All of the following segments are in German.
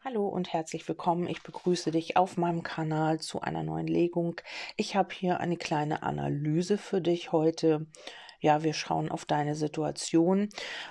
Hallo und herzlich willkommen. Ich begrüße dich auf meinem Kanal zu einer neuen Legung. Ich habe hier eine kleine Analyse für dich heute. Ja, wir schauen auf deine Situation.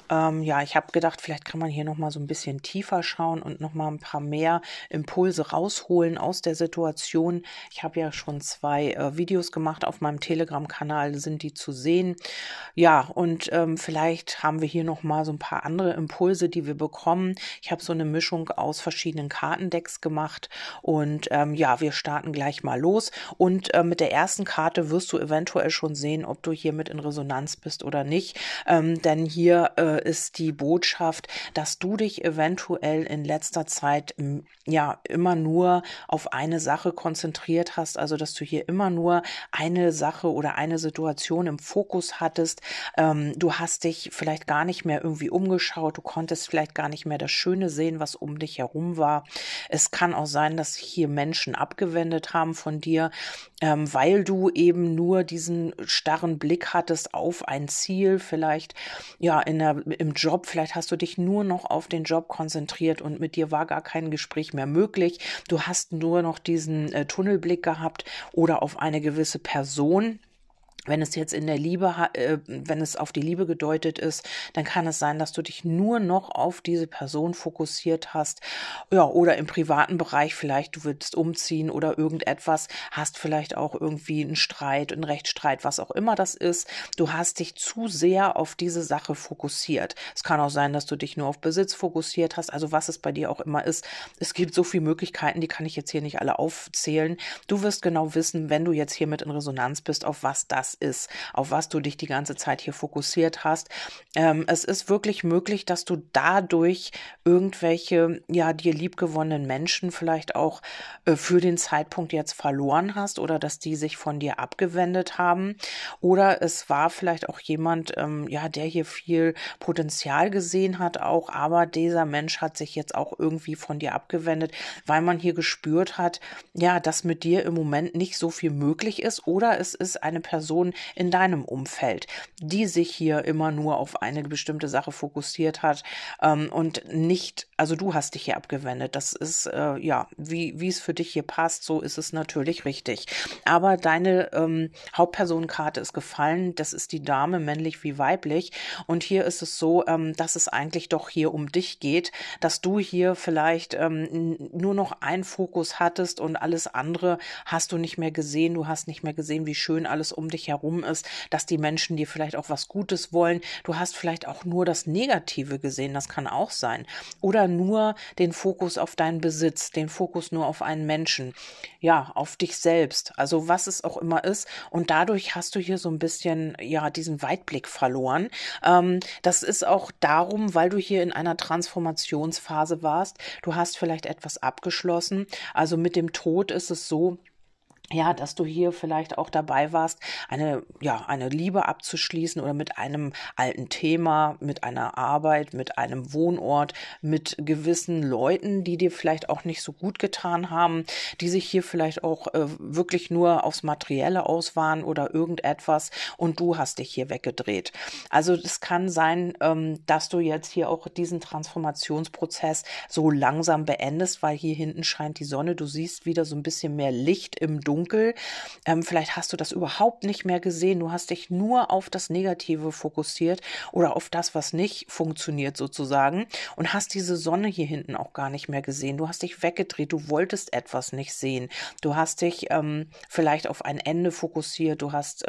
Ja, ich habe gedacht, vielleicht kann man hier noch mal so ein bisschen tiefer schauen und noch mal ein paar mehr Impulse rausholen aus der Situation. Ich habe ja schon zwei Videos gemacht auf meinem Telegram-Kanal, sind die zu sehen. Ja, und vielleicht haben wir hier noch mal so ein paar andere Impulse, die wir bekommen. Ich habe so eine Mischung aus verschiedenen Kartendecks gemacht und ja, wir starten gleich mal los. Und mit der ersten Karte wirst du eventuell schon sehen, ob du hiermit in Resonanz bist oder nicht. Denn hier ist die Botschaft, dass du dich eventuell in letzter Zeit ja immer nur auf eine Sache konzentriert hast, also dass du hier immer nur eine Sache oder eine Situation im Fokus hattest. Du hast dich vielleicht gar nicht mehr irgendwie umgeschaut, du konntest vielleicht gar nicht mehr das Schöne sehen, was um dich herum war. Es kann auch sein, dass sich hier Menschen abgewendet haben von dir, weil du eben nur diesen starren Blick hattest auf ein Ziel, vielleicht ja im Job, vielleicht hast du dich nur noch auf den Job konzentriert und mit dir war gar kein Gespräch mehr möglich. Du hast nur noch diesen Tunnelblick gehabt oder auf eine gewisse Person. Wenn es jetzt in der Liebe, wenn es auf die Liebe gedeutet ist, dann kann es sein, dass du dich nur noch auf diese Person fokussiert hast. Ja, oder im privaten Bereich vielleicht, du willst umziehen oder irgendetwas, hast vielleicht auch irgendwie einen Streit, einen Rechtsstreit, was auch immer das ist. Du hast dich zu sehr auf diese Sache fokussiert. Es kann auch sein, dass du dich nur auf Besitz fokussiert hast, also was es bei dir auch immer ist. Es gibt so viele Möglichkeiten, die kann ich jetzt hier nicht alle aufzählen. Du wirst genau wissen, wenn du jetzt hiermit in Resonanz bist, auf was das ist, auf was du dich die ganze Zeit hier fokussiert hast. Es ist wirklich möglich, dass du dadurch irgendwelche, ja, dir liebgewonnenen Menschen vielleicht auch für den Zeitpunkt jetzt verloren hast oder dass die sich von dir abgewendet haben. Oder es war vielleicht auch jemand, ja, der hier viel Potenzial gesehen hat auch, aber dieser Mensch hat sich jetzt auch irgendwie von dir abgewendet, weil man hier gespürt hat, ja, dass mit dir im Moment nicht so viel möglich ist oder es ist eine Person in deinem Umfeld, die sich hier immer nur auf eine bestimmte Sache fokussiert hat und nicht, also du hast dich hier abgewendet. Das ist ja, wie es für dich hier passt, so ist es natürlich richtig. Aber deine Hauptpersonenkarte ist gefallen, das ist die Dame, männlich wie weiblich. Und hier ist es so, dass es eigentlich doch hier um dich geht, dass du hier vielleicht nur noch einen Fokus hattest und alles andere hast du nicht mehr gesehen. Du hast nicht mehr gesehen, wie schön alles um dich herum ist, dass die Menschen dir vielleicht auch was Gutes wollen. Du hast vielleicht auch nur das Negative gesehen, das kann auch sein. Oder nur den Fokus auf deinen Besitz, den Fokus nur auf einen Menschen, ja, auf dich selbst, also was es auch immer ist. Und dadurch hast du hier so ein bisschen, ja, diesen Weitblick verloren. Das ist auch darum, weil du hier in einer Transformationsphase warst. Du hast vielleicht etwas abgeschlossen. Also mit dem Tod ist es so, ja, dass du hier vielleicht auch dabei warst, eine Liebe abzuschließen oder mit einem alten Thema, mit einer Arbeit, mit einem Wohnort, mit gewissen Leuten, die dir vielleicht auch nicht so gut getan haben, die sich hier vielleicht auch wirklich nur aufs Materielle aus waren oder irgendetwas und du hast dich hier weggedreht. Also es kann sein, dass du jetzt hier auch diesen Transformationsprozess so langsam beendest, weil hier hinten scheint die Sonne, du siehst wieder so ein bisschen mehr Licht im Dunkeln. Vielleicht hast du das überhaupt nicht mehr gesehen. Du hast dich nur auf das Negative fokussiert oder auf das, was nicht funktioniert sozusagen und hast diese Sonne hier hinten auch gar nicht mehr gesehen. Du hast dich weggedreht. Du wolltest etwas nicht sehen. Du hast dich vielleicht auf ein Ende fokussiert. Du hast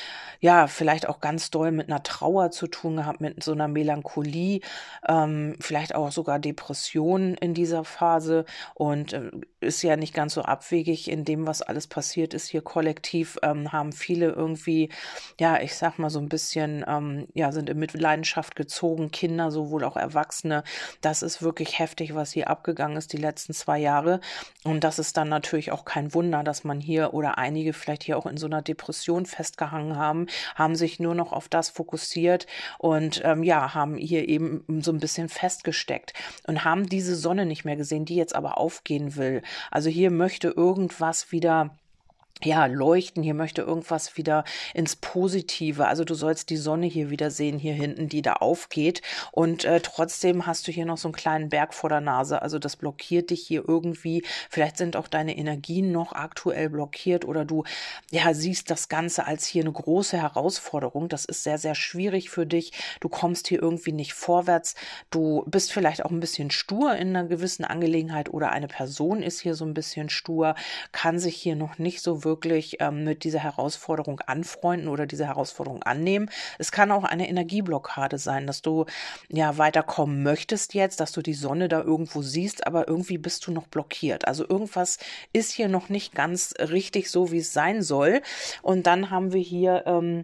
ja vielleicht auch ganz doll mit einer Trauer zu tun gehabt, mit so einer Melancholie, vielleicht auch sogar Depressionen in dieser Phase und ist ja nicht ganz so abwegig in dem, was alles passiert ist hier kollektiv, haben viele irgendwie, ja, ich sag mal so ein bisschen, ja, sind in Mitleidenschaft gezogen, Kinder, sowohl auch Erwachsene. Das ist wirklich heftig, was hier abgegangen ist die letzten 2 Jahre. Und das ist dann natürlich auch kein Wunder, dass man hier oder einige vielleicht hier auch in so einer Depression festgehangen haben sich nur noch auf das fokussiert und ja, haben hier eben so ein bisschen festgesteckt und haben diese Sonne nicht mehr gesehen, die jetzt aber aufgehen will. Also hier möchte irgendwas wieder ja, leuchten, hier möchte irgendwas wieder ins Positive. Also du sollst die Sonne hier wieder sehen, hier hinten, die da aufgeht. Und trotzdem hast du hier noch so einen kleinen Berg vor der Nase. Also das blockiert dich hier irgendwie. Vielleicht sind auch deine Energien noch aktuell blockiert oder du ja siehst das Ganze als hier eine große Herausforderung. Das ist sehr, sehr schwierig für dich. Du kommst hier irgendwie nicht vorwärts. Du bist vielleicht auch ein bisschen stur in einer gewissen Angelegenheit oder eine Person ist hier so ein bisschen stur, kann sich hier noch nicht so wirklich mit dieser Herausforderung anfreunden oder diese Herausforderung annehmen. Es kann auch eine Energieblockade sein, dass du ja weiterkommen möchtest jetzt, dass du die Sonne da irgendwo siehst, aber irgendwie bist du noch blockiert. Also irgendwas ist hier noch nicht ganz richtig so, wie es sein soll. Und dann haben wir hier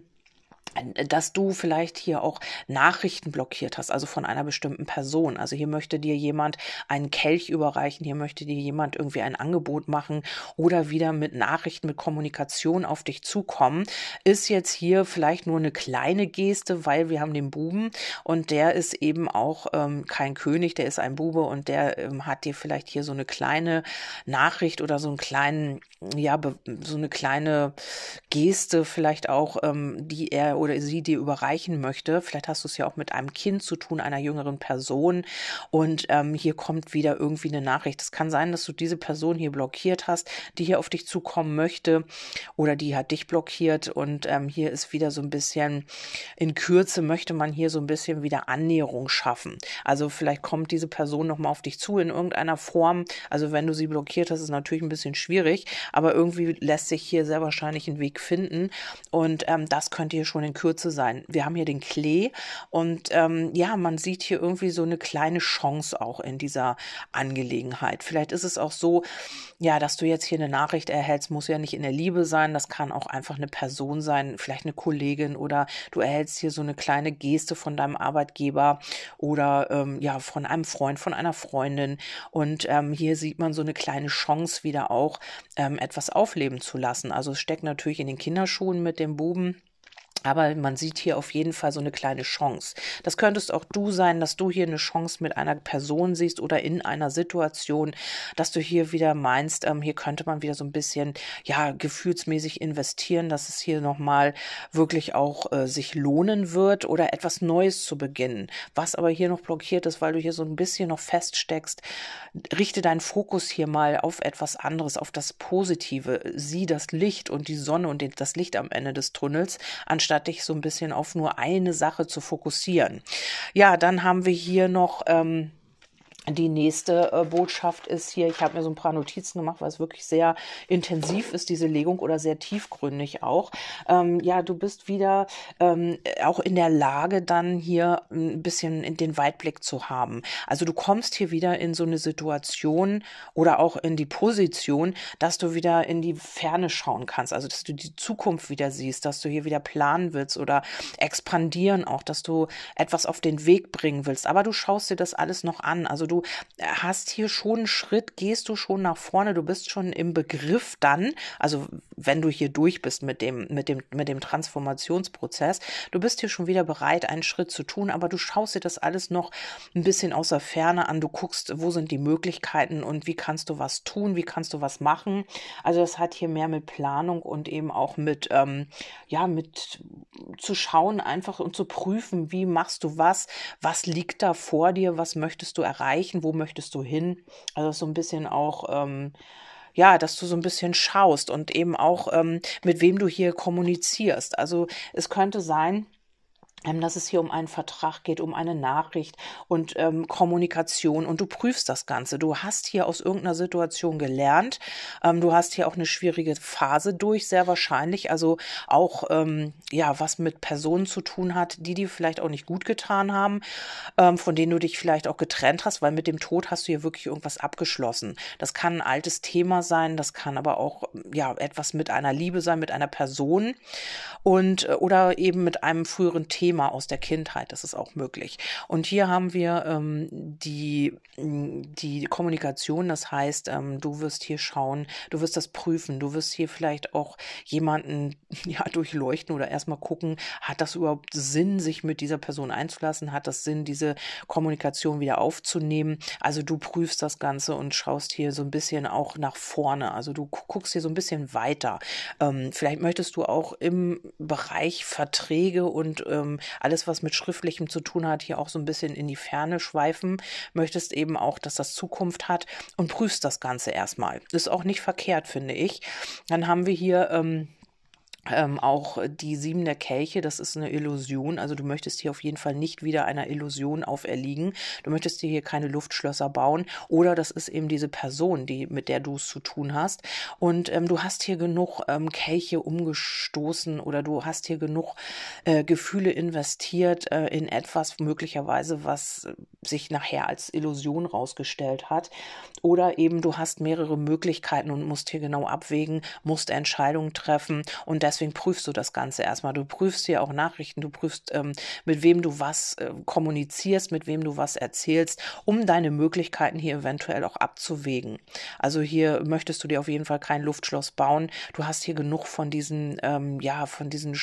dass du vielleicht hier auch Nachrichten blockiert hast, also von einer bestimmten Person. Also hier möchte dir jemand einen Kelch überreichen, hier möchte dir jemand irgendwie ein Angebot machen oder wieder mit Nachrichten, mit Kommunikation auf dich zukommen. Ist jetzt hier vielleicht nur eine kleine Geste, weil wir haben den Buben und der ist eben auch kein König, der ist ein Bube und der hat dir vielleicht hier so eine kleine Nachricht oder so einen kleinen, ja, so eine kleine Geste vielleicht auch, die er oder sie dir überreichen möchte. Vielleicht hast du es ja auch mit einem Kind zu tun, einer jüngeren Person. Und hier kommt wieder irgendwie eine Nachricht. Es kann sein, dass du diese Person hier blockiert hast, die hier auf dich zukommen möchte oder die hat dich blockiert. Und hier ist wieder so ein bisschen, in Kürze möchte man hier so ein bisschen wieder Annäherung schaffen. Also vielleicht kommt diese Person nochmal auf dich zu in irgendeiner Form. Also wenn du sie blockiert hast, ist es natürlich ein bisschen schwierig, aber irgendwie lässt sich hier sehr wahrscheinlich ein Weg finden. Und das könnte hier schon in Kürze sein. Wir haben hier den Klee und ja, man sieht hier irgendwie so eine kleine Chance auch in dieser Angelegenheit. Vielleicht ist es auch so, ja, dass du jetzt hier eine Nachricht erhältst, muss ja nicht in der Liebe sein, das kann auch einfach eine Person sein, vielleicht eine Kollegin oder du erhältst hier so eine kleine Geste von deinem Arbeitgeber oder ja, von einem Freund, von einer Freundin. Und hier sieht man so eine kleine Chance wieder auch, etwas aufleben zu lassen. Also es steckt natürlich in den Kinderschuhen mit dem Buben. Aber man sieht hier auf jeden Fall so eine kleine Chance. Das könntest auch du sein, dass du hier eine Chance mit einer Person siehst oder in einer Situation, dass du hier wieder meinst, hier könnte man wieder so ein bisschen, ja, gefühlsmäßig investieren, dass es hier nochmal wirklich auch sich lohnen wird oder etwas Neues zu beginnen. Was aber hier noch blockiert ist, weil du hier so ein bisschen noch feststeckst, richte deinen Fokus hier mal auf etwas anderes, auf das Positive. Sieh das Licht und die Sonne und das Licht am Ende des Tunnels, anstatt dich so ein bisschen auf nur eine Sache zu fokussieren. Ja, dann haben wir hier noch die nächste Botschaft ist hier, ich habe mir so ein paar Notizen gemacht, weil es wirklich sehr intensiv ist, diese Legung, oder sehr tiefgründig auch. Ja, du bist wieder auch in der Lage, dann hier ein bisschen in den Weitblick zu haben. Also du kommst hier wieder in so eine Situation oder auch in die Position, dass du wieder in die Ferne schauen kannst. Also dass du die Zukunft wieder siehst, dass du hier wieder planen willst oder expandieren auch, dass du etwas auf den Weg bringen willst. Aber du schaust dir das alles noch an. Also du hast hier schon einen Schritt, gehst du schon nach vorne, du bist schon im Begriff dann, also wenn du hier durch bist mit dem Transformationsprozess, du bist hier schon wieder bereit, einen Schritt zu tun, aber du schaust dir das alles noch ein bisschen aus der Ferne an, du guckst, wo sind die Möglichkeiten und wie kannst du was tun, wie kannst du was machen. Also das hat hier mehr mit Planung und eben auch mit, ja, mit zu schauen einfach und zu prüfen, wie machst du was liegt da vor dir, was möchtest du erreichen, wo möchtest du hin? Also so ein bisschen auch, ja, dass du so ein bisschen schaust und eben auch, mit wem du hier kommunizierst. Also es könnte sein, dass es hier um einen Vertrag geht, um eine Nachricht und Kommunikation und du prüfst das Ganze. Du hast hier aus irgendeiner Situation gelernt. Du hast hier auch eine schwierige Phase durch, sehr wahrscheinlich. Also auch, ja, was mit Personen zu tun hat, die dir vielleicht auch nicht gut getan haben, von denen du dich vielleicht auch getrennt hast, weil mit dem Tod hast du hier wirklich irgendwas abgeschlossen. Das kann ein altes Thema sein, das kann aber auch, ja, etwas mit einer Liebe sein, mit einer Person und oder eben mit einem früheren Thema, Thema aus der Kindheit, das ist auch möglich. Und hier haben wir die Kommunikation, das heißt, du wirst hier schauen, du wirst das prüfen, du wirst hier vielleicht auch jemanden ja durchleuchten oder erstmal gucken, hat das überhaupt Sinn, sich mit dieser Person einzulassen, hat das Sinn, diese Kommunikation wieder aufzunehmen. Also du prüfst das Ganze und schaust hier so ein bisschen auch nach vorne, also du guckst hier so ein bisschen weiter. Vielleicht möchtest du auch im Bereich Verträge und alles, was mit Schriftlichem zu tun hat, hier auch so ein bisschen in die Ferne schweifen, möchtest eben auch, dass das Zukunft hat und prüfst das Ganze erstmal. Ist auch nicht verkehrt, finde ich. Dann haben wir hier auch die 7 der Kelche, das ist eine Illusion. Also du möchtest hier auf jeden Fall nicht wieder einer Illusion auferliegen. Du möchtest dir hier keine Luftschlösser bauen. Oder das ist eben diese Person, mit der du es zu tun hast. Und du hast hier genug Kelche umgestoßen oder du hast hier genug Gefühle investiert in etwas möglicherweise, was sich nachher als Illusion rausgestellt hat. Oder eben du hast mehrere Möglichkeiten und musst hier genau abwägen, musst Entscheidungen treffen und deswegen prüfst du das Ganze erstmal. Du prüfst hier auch Nachrichten, du prüfst, mit wem du was kommunizierst, mit wem du was erzählst, um deine Möglichkeiten hier eventuell auch abzuwägen. Also hier möchtest du dir auf jeden Fall kein Luftschloss bauen. Du hast hier genug von diesen, ja, von diesen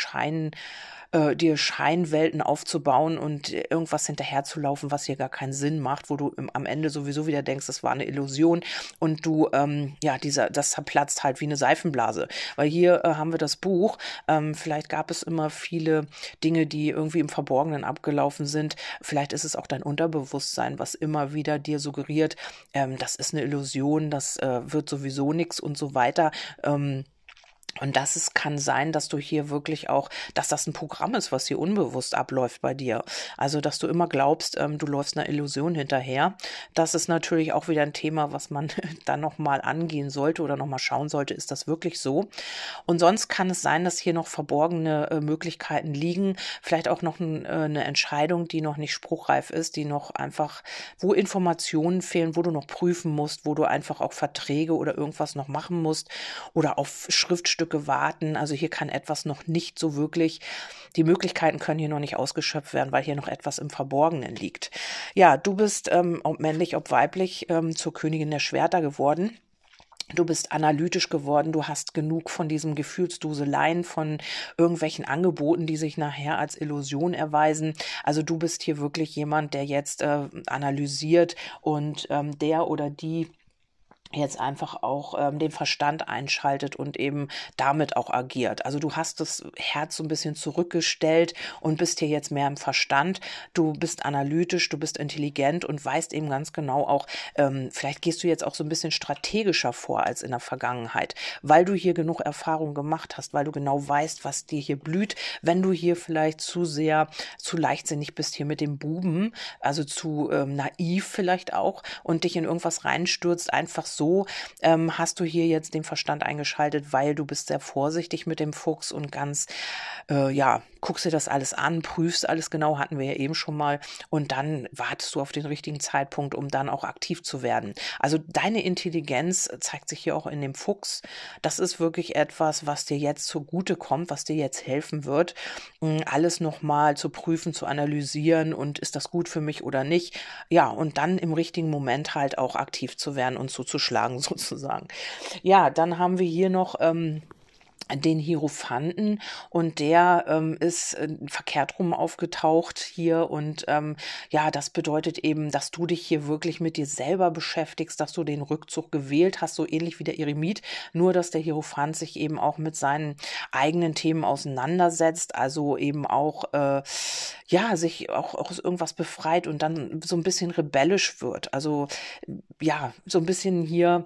dir Scheinwelten aufzubauen und irgendwas hinterherzulaufen, was hier gar keinen Sinn macht, wo du am Ende sowieso wieder denkst, das war eine Illusion und du, ja, das zerplatzt halt wie eine Seifenblase. Weil hier haben wir das Buch, vielleicht gab es immer viele Dinge, die irgendwie im Verborgenen abgelaufen sind. Vielleicht ist es auch dein Unterbewusstsein, was immer wieder dir suggeriert, das ist eine Illusion, das wird sowieso nichts und so weiter. Und kann sein, dass du hier wirklich auch, dass das ein Programm ist, was hier unbewusst abläuft bei dir. Also, dass du immer glaubst, du läufst einer Illusion hinterher. Das ist natürlich auch wieder ein Thema, was man dann nochmal angehen sollte oder nochmal schauen sollte, ist das wirklich so? Und sonst kann es sein, dass hier noch verborgene Möglichkeiten liegen. Vielleicht auch noch eine Entscheidung, die noch nicht spruchreif ist, die noch einfach, wo Informationen fehlen, wo du noch prüfen musst, wo du einfach auch Verträge oder irgendwas noch machen musst oder auf Schriftstücke warten. Also hier kann etwas noch nicht so wirklich, die Möglichkeiten können hier noch nicht ausgeschöpft werden, weil hier noch etwas im Verborgenen liegt. Ja, du bist, ob männlich, ob weiblich, zur Königin der Schwerter geworden. Du bist analytisch geworden, du hast genug von diesem Gefühlsduseleien, von irgendwelchen Angeboten, die sich nachher als Illusion erweisen. Also du bist hier wirklich jemand, der jetzt analysiert und der oder die jetzt einfach auch den Verstand einschaltet und eben damit auch agiert. Also du hast das Herz so ein bisschen zurückgestellt und bist hier jetzt mehr im Verstand. Du bist analytisch, du bist intelligent und weißt eben ganz genau auch, vielleicht gehst du jetzt auch so ein bisschen strategischer vor als in der Vergangenheit, weil du hier genug Erfahrung gemacht hast, weil du genau weißt, was dir hier blüht. Wenn du hier vielleicht zu leichtsinnig bist hier mit dem Buben, also zu naiv vielleicht auch und dich in irgendwas reinstürzt, einfach so, hast du hier jetzt den Verstand eingeschaltet, weil du bist sehr vorsichtig mit dem Fuchs und ganz, ja, guckst dir das alles an, prüfst alles genau, hatten wir ja eben schon mal und dann wartest du auf den richtigen Zeitpunkt, um dann auch aktiv zu werden. Also deine Intelligenz zeigt sich hier auch in dem Fuchs. Das ist wirklich etwas, was dir jetzt zugute kommt, was dir jetzt helfen wird, alles nochmal zu prüfen, zu analysieren und ist das gut für mich oder nicht. Ja, und dann im richtigen Moment halt auch aktiv zu werden und zuzuschlagen sozusagen. Ja, dann haben wir hier noch den Hierophanten und der ist verkehrt rum aufgetaucht hier und ja, das bedeutet eben, dass du dich hier wirklich mit dir selber beschäftigst, dass du den Rückzug gewählt hast, so ähnlich wie der Eremit, nur dass der Hierophant sich eben auch mit seinen eigenen Themen auseinandersetzt, also eben auch ja, sich auch aus irgendwas befreit und dann so ein bisschen rebellisch wird, also ja, so ein bisschen hier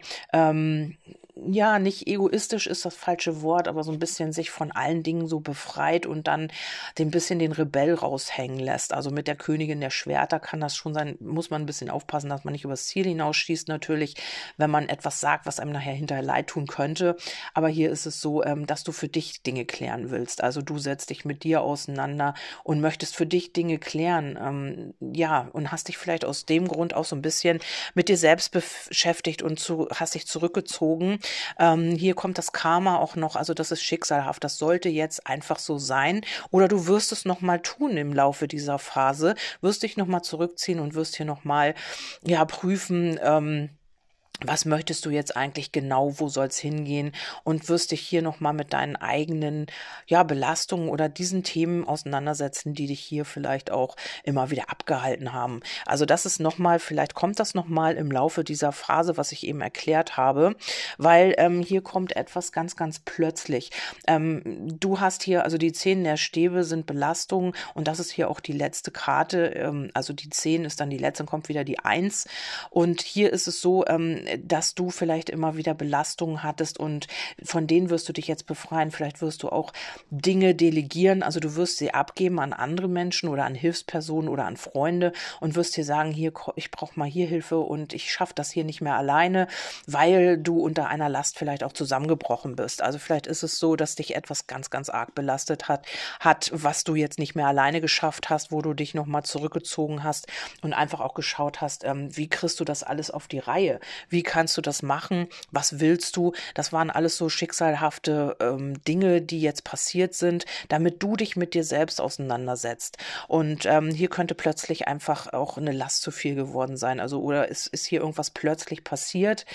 ja, nicht egoistisch ist das falsche Wort, aber so ein bisschen sich von allen Dingen so befreit und dann den bisschen den Rebell raushängen lässt. Also mit der Königin der Schwerter kann das schon sein, muss man ein bisschen aufpassen, dass man nicht übers Ziel hinausschießt natürlich, wenn man etwas sagt, was einem nachher hinterher leid tun könnte. Aber hier ist es so, dass du für dich Dinge klären willst. Also du setzt dich mit dir auseinander und möchtest für dich Dinge klären. Ja, und hast dich vielleicht aus dem Grund auch so ein bisschen mit dir selbst beschäftigt und hast dich zurückgezogen. Hier kommt das Karma auch noch, also das ist schicksalhaft, das sollte jetzt einfach so sein. Oder du wirst es nochmal tun im Laufe dieser Phase, wirst dich nochmal zurückziehen und wirst hier nochmal, ja, prüfen, was möchtest du jetzt eigentlich genau, wo soll es hingehen, und wirst dich hier nochmal mit deinen eigenen, ja, Belastungen oder diesen Themen auseinandersetzen, die dich hier vielleicht auch immer wieder abgehalten haben. Also das ist nochmal, vielleicht kommt das nochmal im Laufe dieser Phase, was ich eben erklärt habe, weil hier kommt etwas ganz, ganz plötzlich. Du hast hier, also die 10 der Stäbe sind Belastungen, und das ist hier auch die letzte Karte, also die 10 ist dann die letzte, dann kommt wieder die 1, und hier ist es so, dass du vielleicht immer wieder Belastungen hattest, und von denen wirst du dich jetzt befreien. Vielleicht wirst du auch Dinge delegieren, also du wirst sie abgeben an andere Menschen oder an Hilfspersonen oder an Freunde und wirst dir sagen, hier, ich brauche mal hier Hilfe und ich schaffe das hier nicht mehr alleine, weil du unter einer Last vielleicht auch zusammengebrochen bist. Also vielleicht ist es so, dass dich etwas ganz, ganz arg belastet hat, was du jetzt nicht mehr alleine geschafft hast, wo du dich nochmal zurückgezogen hast und einfach auch geschaut hast, wie kriegst du das alles auf die Reihe? Wie kannst du das machen? Was willst du? Das waren alles so schicksalhafte Dinge, die jetzt passiert sind, damit du dich mit dir selbst auseinandersetzt. Und hier könnte plötzlich einfach auch eine Last zu viel geworden sein. Also, oder ist hier irgendwas plötzlich passiert?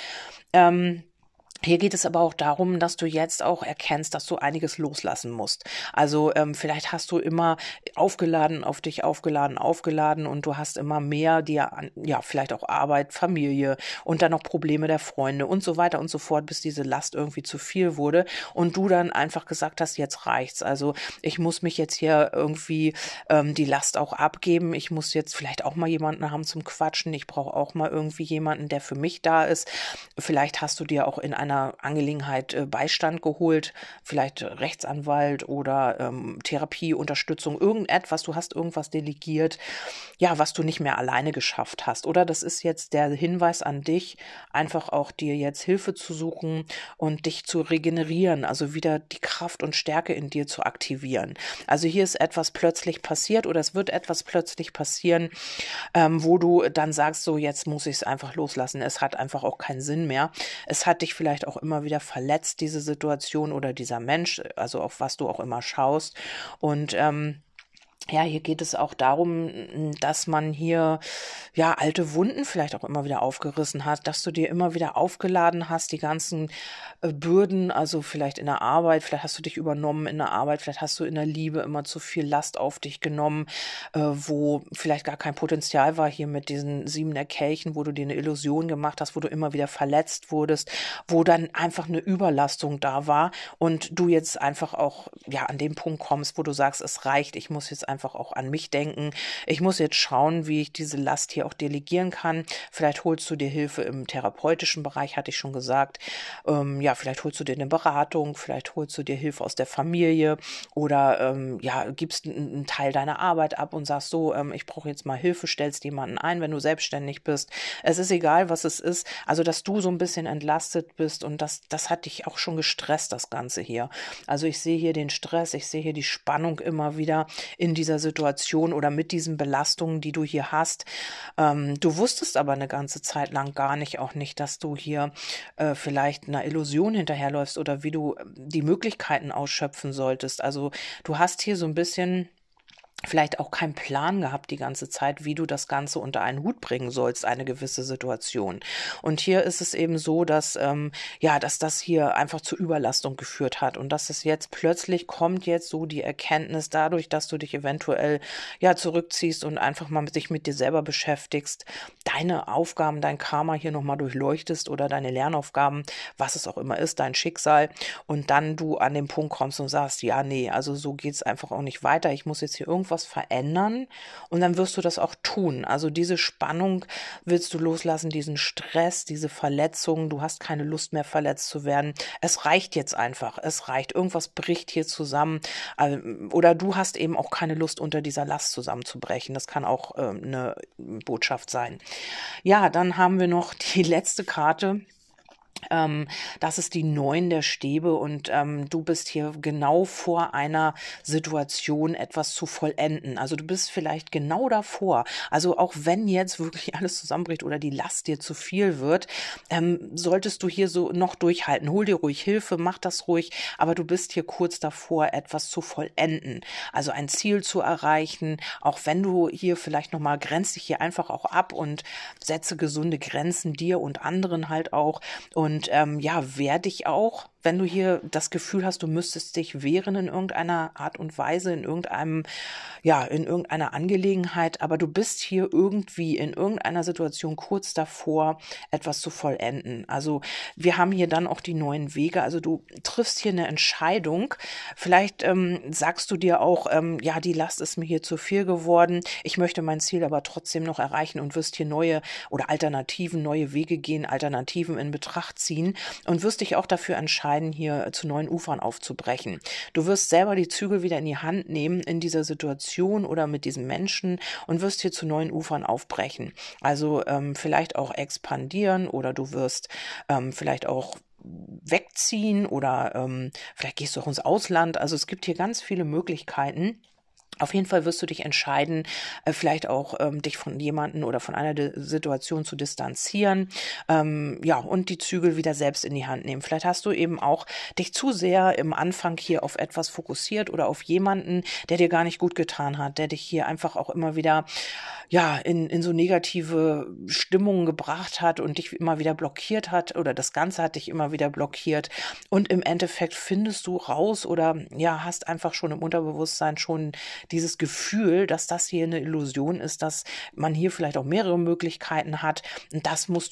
Hier geht es aber auch darum, dass du jetzt auch erkennst, dass du einiges loslassen musst. Also vielleicht hast du immer aufgeladen, auf dich aufgeladen, und du hast immer mehr dir an, ja, vielleicht auch Arbeit, Familie und dann noch Probleme der Freunde und so weiter und so fort, bis diese Last irgendwie zu viel wurde und du dann einfach gesagt hast, jetzt reicht's. Also ich muss mich jetzt hier irgendwie die Last auch abgeben. Ich muss jetzt vielleicht auch mal jemanden haben zum Quatschen. Ich brauche auch mal irgendwie jemanden, der für mich da ist. Vielleicht hast du dir auch in einer Angelegenheit Beistand geholt, vielleicht Rechtsanwalt oder Therapie, Unterstützung, irgendetwas, du hast irgendwas delegiert, ja, was du nicht mehr alleine geschafft hast. Oder das ist jetzt der Hinweis an dich, einfach auch dir jetzt Hilfe zu suchen und dich zu regenerieren, also wieder die Kraft und Stärke in dir zu aktivieren. Also hier ist etwas plötzlich passiert oder es wird etwas plötzlich passieren, wo du dann sagst, so jetzt muss ich es einfach loslassen. Es hat einfach auch keinen Sinn mehr. Es hat dich vielleicht auch immer wieder verletzt, diese Situation oder dieser Mensch, also auf was du auch immer schaust. Und ja, hier geht es auch darum, dass man hier ja alte Wunden vielleicht auch immer wieder aufgerissen hat, dass du dir immer wieder aufgeladen hast, die ganzen Bürden, also vielleicht in der Arbeit, vielleicht hast du dich übernommen in der Arbeit, vielleicht hast du in der Liebe immer zu viel Last auf dich genommen, wo vielleicht gar kein Potenzial war hier mit diesen 7 der Kelchen, wo du dir eine Illusion gemacht hast, wo du immer wieder verletzt wurdest, wo dann einfach eine Überlastung da war und du jetzt einfach auch ja an den Punkt kommst, wo du sagst, es reicht, ich muss jetzt einfach auch an mich denken. Ich muss jetzt schauen, wie ich diese Last hier auch delegieren kann. Vielleicht holst du dir Hilfe im therapeutischen Bereich, hatte ich schon gesagt. Ja, vielleicht holst du dir eine Beratung, vielleicht holst du dir Hilfe aus der Familie oder ja, gibst einen Teil deiner Arbeit ab und sagst so, ich brauche jetzt mal Hilfe, stellst jemanden ein, wenn du selbstständig bist. Es ist egal, was es ist. Also, dass du so ein bisschen entlastet bist und das hat dich auch schon gestresst, das Ganze hier. Also, ich sehe hier den Stress, ich sehe hier die Spannung immer wieder in dieser Situation oder mit diesen Belastungen, die du hier hast. Du wusstest aber eine ganze Zeit lang gar nicht, auch nicht, dass du hier vielleicht einer Illusion hinterherläufst oder wie du die Möglichkeiten ausschöpfen solltest. Also du hast hier so ein bisschen vielleicht auch keinen Plan gehabt die ganze Zeit, wie du das Ganze unter einen Hut bringen sollst, eine gewisse Situation. Und hier ist es eben so, dass ja, dass das hier einfach zu Überlastung geführt hat und dass es jetzt plötzlich kommt jetzt so die Erkenntnis dadurch, dass du dich eventuell ja zurückziehst und einfach mal dich mit dir selber beschäftigst, deine Aufgaben, dein Karma hier nochmal durchleuchtest oder deine Lernaufgaben, was es auch immer ist, dein Schicksal, und dann du an den Punkt kommst und sagst, ja, nee, also so geht's einfach auch nicht weiter. Ich muss jetzt hier irgendwas verändern und dann wirst du das auch tun. Also diese Spannung willst du loslassen, diesen Stress, diese Verletzungen. Du hast keine Lust mehr, verletzt zu werden. Es reicht jetzt einfach. Es reicht. Irgendwas bricht hier zusammen. Oder du hast eben auch keine Lust, unter dieser Last zusammenzubrechen. Das kann auch eine Botschaft sein. Ja, dann haben wir noch die letzte Karte. Das ist die 9 der Stäbe und du bist hier genau vor einer Situation, etwas zu vollenden. Also du bist vielleicht genau davor. Also auch wenn jetzt wirklich alles zusammenbricht oder die Last dir zu viel wird, solltest du hier so noch durchhalten. Hol dir ruhig Hilfe, mach das ruhig, aber du bist hier kurz davor, etwas zu vollenden. Also ein Ziel zu erreichen, auch wenn du hier vielleicht nochmal grenzt dich hier einfach auch ab und setze gesunde Grenzen dir und anderen halt auch. Und ja, wehr dich auch, wenn du hier das Gefühl hast, du müsstest dich wehren in irgendeiner Art und Weise, in irgendeinem, ja, in irgendeiner Angelegenheit, aber du bist hier irgendwie in irgendeiner Situation kurz davor, etwas zu vollenden. Also wir haben hier dann auch die neuen Wege. Also du triffst hier eine Entscheidung. Vielleicht sagst du dir auch, ja, die Last ist mir hier zu viel geworden. Ich möchte mein Ziel aber trotzdem noch erreichen und wirst hier neue oder Alternativen, neue Wege gehen, Alternativen in Betracht ziehen und wirst dich auch dafür entscheiden, hier zu neuen Ufern aufzubrechen. Du wirst selber die Zügel wieder in die Hand nehmen in dieser Situation oder mit diesem Menschen und wirst hier zu neuen Ufern aufbrechen. Also vielleicht auch expandieren oder du wirst vielleicht auch wegziehen oder vielleicht gehst du auch ins Ausland. Also es gibt hier ganz viele Möglichkeiten. Auf jeden Fall wirst du dich entscheiden, vielleicht auch dich von jemandem oder von einer Situation zu distanzieren, ja, und die Zügel wieder selbst in die Hand nehmen. Vielleicht hast du eben auch dich zu sehr im Anfang hier auf etwas fokussiert oder auf jemanden, der dir gar nicht gut getan hat, der dich hier einfach auch immer wieder, ja, in so negative Stimmungen gebracht hat und dich immer wieder blockiert hat oder das Ganze hat dich immer wieder blockiert. Und im Endeffekt findest du raus oder ja, hast einfach schon im Unterbewusstsein schon dieses Gefühl, dass das hier eine Illusion ist, dass man hier vielleicht auch mehrere Möglichkeiten hat. Und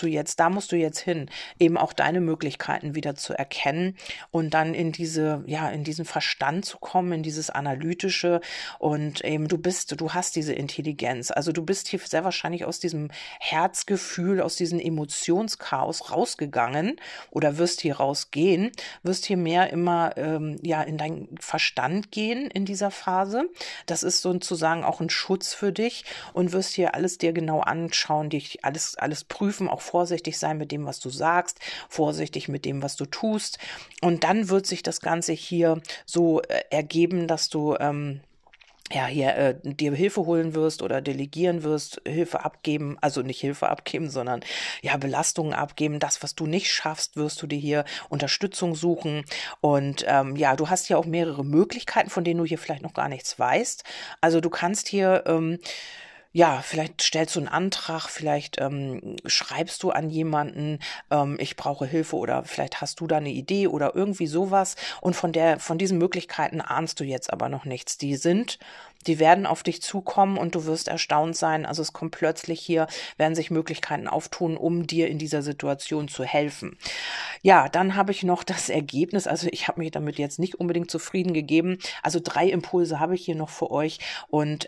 da musst du jetzt hin, eben auch deine Möglichkeiten wieder zu erkennen und dann in diesen Verstand zu kommen, in dieses Analytische und eben du hast diese Intelligenz. Also du bist hier sehr wahrscheinlich aus diesem Herzgefühl, aus diesem Emotionschaos rausgegangen oder wirst hier rausgehen, wirst hier mehr immer, ja, in deinen Verstand gehen in dieser Phase. Das ist sozusagen auch ein Schutz für dich und wirst hier alles dir genau anschauen, dich alles prüfen, auch vorsichtig sein mit dem, was du sagst, vorsichtig mit dem, was du tust. Und dann wird sich das Ganze hier so ergeben, dass du ja, hier dir Hilfe holen wirst oder delegieren wirst, Hilfe abgeben, also nicht Hilfe abgeben, sondern ja, Belastungen abgeben. Das, was du nicht schaffst, wirst du dir hier Unterstützung suchen. Und ja, du hast hier auch mehrere Möglichkeiten, von denen du hier vielleicht noch gar nichts weißt. Also du kannst hier ja, vielleicht stellst du einen Antrag, vielleicht schreibst du an jemanden, ich brauche Hilfe oder vielleicht hast du da eine Idee oder irgendwie sowas. Und von diesen Möglichkeiten ahnst du jetzt aber noch nichts. Die werden auf dich zukommen und du wirst erstaunt sein. Also es kommt plötzlich hier, werden sich Möglichkeiten auftun, um dir in dieser Situation zu helfen. Ja, dann habe ich noch das Ergebnis. Also ich habe mich damit jetzt nicht unbedingt zufrieden gegeben. Also 3 Impulse habe ich hier noch für euch und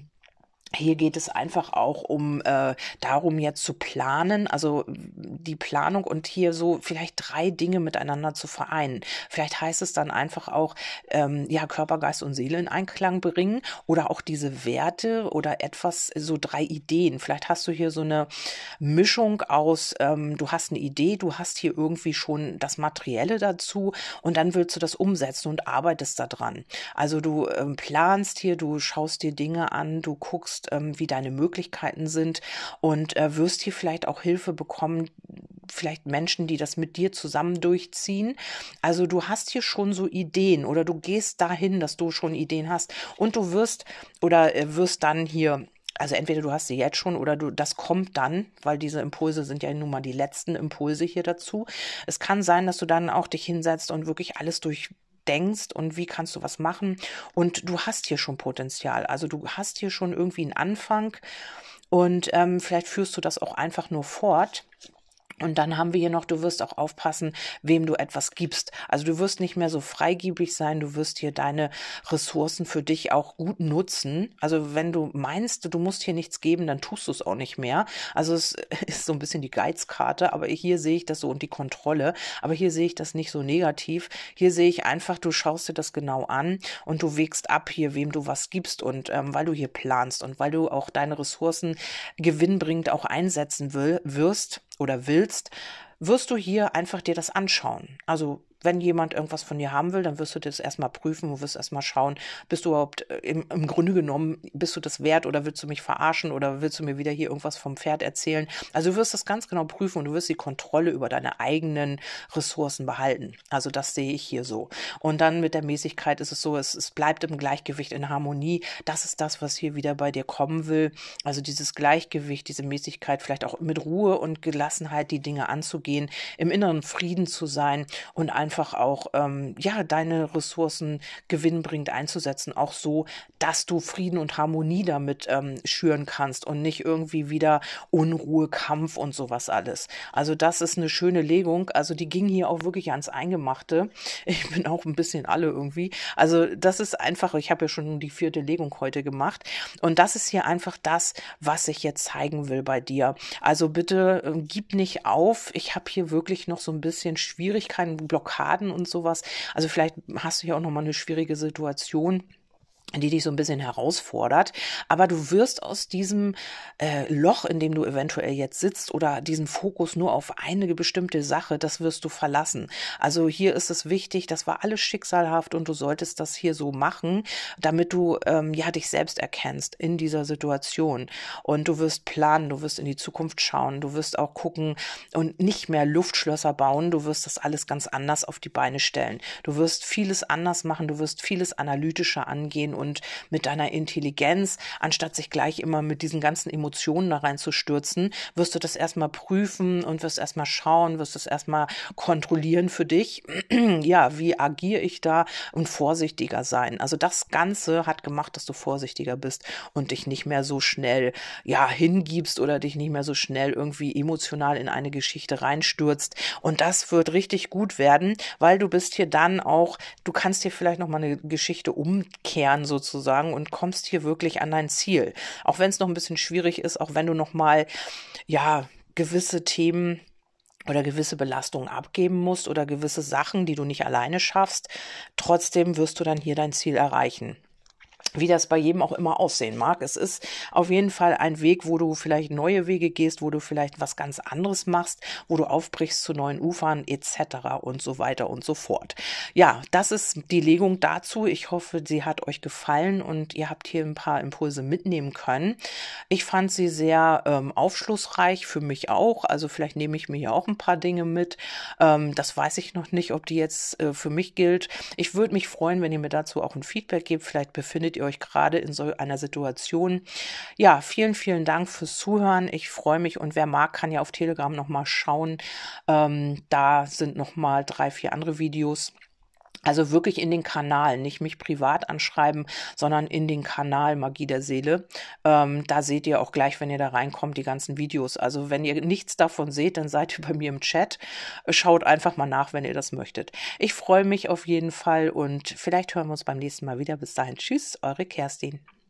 hier geht es einfach auch darum, jetzt zu planen, also die Planung und hier so vielleicht 3 Dinge miteinander zu vereinen. Vielleicht heißt es dann einfach auch, ja, Körper, Geist und Seele in Einklang bringen oder auch diese Werte oder etwas, so 3 Ideen. Vielleicht hast du hier so eine Mischung aus, du hast eine Idee, du hast hier irgendwie schon das Materielle dazu und dann willst du das umsetzen und arbeitest daran. Also du planst hier, du schaust dir Dinge an, du guckst, wie deine Möglichkeiten sind und wirst hier vielleicht auch Hilfe bekommen, vielleicht Menschen, die das mit dir zusammen durchziehen. Also du hast hier schon so Ideen oder du gehst dahin, dass du schon Ideen hast und du wirst dann hier. Also entweder du hast sie jetzt schon oder das kommt dann, weil diese Impulse sind ja nun mal die letzten Impulse hier dazu. Es kann sein, dass du dann auch dich hinsetzt und wirklich alles durchdenkst und wie kannst du was machen. Und du hast hier schon Potenzial. Also du hast hier schon irgendwie einen Anfang und vielleicht führst du das auch einfach nur fort. Und dann haben wir hier noch, du wirst auch aufpassen, wem du etwas gibst. Also du wirst nicht mehr so freigebig sein, du wirst hier deine Ressourcen für dich auch gut nutzen. Also wenn du meinst, du musst hier nichts geben, dann tust du es auch nicht mehr. Also es ist so ein bisschen die Geizkarte, aber hier sehe ich das so und die Kontrolle. Aber hier sehe ich das nicht so negativ. Hier sehe ich einfach, du schaust dir das genau an und du wägst ab hier, wem du was gibst und weil du hier planst und weil du auch deine Ressourcen gewinnbringend auch einsetzen wirst, wirst du hier einfach dir das anschauen. Also wenn jemand irgendwas von dir haben will, dann wirst du das erstmal prüfen, du wirst erstmal schauen, bist du überhaupt im Grunde genommen, bist du das wert oder willst du mich verarschen oder willst du mir wieder hier irgendwas vom Pferd erzählen? Also du wirst das ganz genau prüfen und du wirst die Kontrolle über deine eigenen Ressourcen behalten. Also das sehe ich hier so. Und dann mit der Mäßigkeit ist es so, es bleibt im Gleichgewicht, in Harmonie. Das ist das, was hier wieder bei dir kommen will. Also dieses Gleichgewicht, diese Mäßigkeit, vielleicht auch mit Ruhe und Gelassenheit die Dinge anzugehen, im inneren Frieden zu sein und einfach auch ja deine Ressourcen gewinnbringend einzusetzen, auch so, dass du Frieden und Harmonie damit schüren kannst und nicht irgendwie wieder Unruhe, Kampf und sowas alles. Also das ist eine schöne Legung. Also die ging hier auch wirklich ans Eingemachte. Ich bin auch ein bisschen alle irgendwie. Also das ist einfach, ich habe ja schon die 4. Legung heute gemacht und das ist hier einfach das, was ich jetzt zeigen will bei dir. Also bitte gib nicht auf. Ich habe hier wirklich noch so ein bisschen Schwierigkeiten, Blockaden und sowas. Also vielleicht hast du ja auch noch mal eine schwierige Situation, die dich so ein bisschen herausfordert. Aber du wirst aus diesem Loch, in dem du eventuell jetzt sitzt oder diesen Fokus nur auf eine bestimmte Sache, das wirst du verlassen. Also hier ist es wichtig, das war alles schicksalhaft und du solltest das hier so machen, damit du ja dich selbst erkennst in dieser Situation. Und du wirst planen, du wirst in die Zukunft schauen, du wirst auch gucken und nicht mehr Luftschlösser bauen, du wirst das alles ganz anders auf die Beine stellen. Du wirst vieles anders machen, du wirst vieles analytischer angehen und mit deiner Intelligenz, anstatt sich gleich immer mit diesen ganzen Emotionen da reinzustürzen, wirst du das erstmal prüfen und wirst erstmal schauen, wirst es erstmal kontrollieren für dich. Ja, wie agiere ich da und vorsichtiger sein. Also das Ganze hat gemacht, dass du vorsichtiger bist und dich nicht mehr so schnell, ja, hingibst oder dich nicht mehr so schnell irgendwie emotional in eine Geschichte reinstürzt. Und das wird richtig gut werden, weil du bist hier dann auch, du kannst hier vielleicht noch mal eine Geschichte umkehren sozusagen und kommst hier wirklich an dein Ziel. Auch wenn es noch ein bisschen schwierig ist, auch wenn du noch mal, ja, gewisse Themen oder gewisse Belastungen abgeben musst oder gewisse Sachen, die du nicht alleine schaffst, trotzdem wirst du dann hier dein Ziel erreichen. Wie das bei jedem auch immer aussehen mag. Es ist auf jeden Fall ein Weg, wo du vielleicht neue Wege gehst, wo du vielleicht was ganz anderes machst, wo du aufbrichst zu neuen Ufern etc. und so weiter und so fort. Ja, das ist die Legung dazu. Ich hoffe, sie hat euch gefallen und ihr habt hier ein paar Impulse mitnehmen können. Ich fand sie sehr aufschlussreich, für mich auch. Also vielleicht nehme ich mir hier auch ein paar Dinge mit. Das weiß ich noch nicht, ob die jetzt für mich gilt. Ich würde mich freuen, wenn ihr mir dazu auch ein Feedback gebt. Vielleicht befindet ihr euch gerade in so einer Situation. Ja, vielen, vielen Dank fürs Zuhören. Ich freue mich und wer mag, kann ja auf Telegram nochmal schauen. Da sind nochmal 3, 4 andere Videos. Also wirklich in den Kanal, nicht mich privat anschreiben, sondern in den Kanal Magie der Seele. Da seht ihr auch gleich, wenn ihr da reinkommt, die ganzen Videos. Also wenn ihr nichts davon seht, dann seid ihr bei mir im Chat. Schaut einfach mal nach, wenn ihr das möchtet. Ich freue mich auf jeden Fall und vielleicht hören wir uns beim nächsten Mal wieder. Bis dahin, tschüss, eure Kerstin.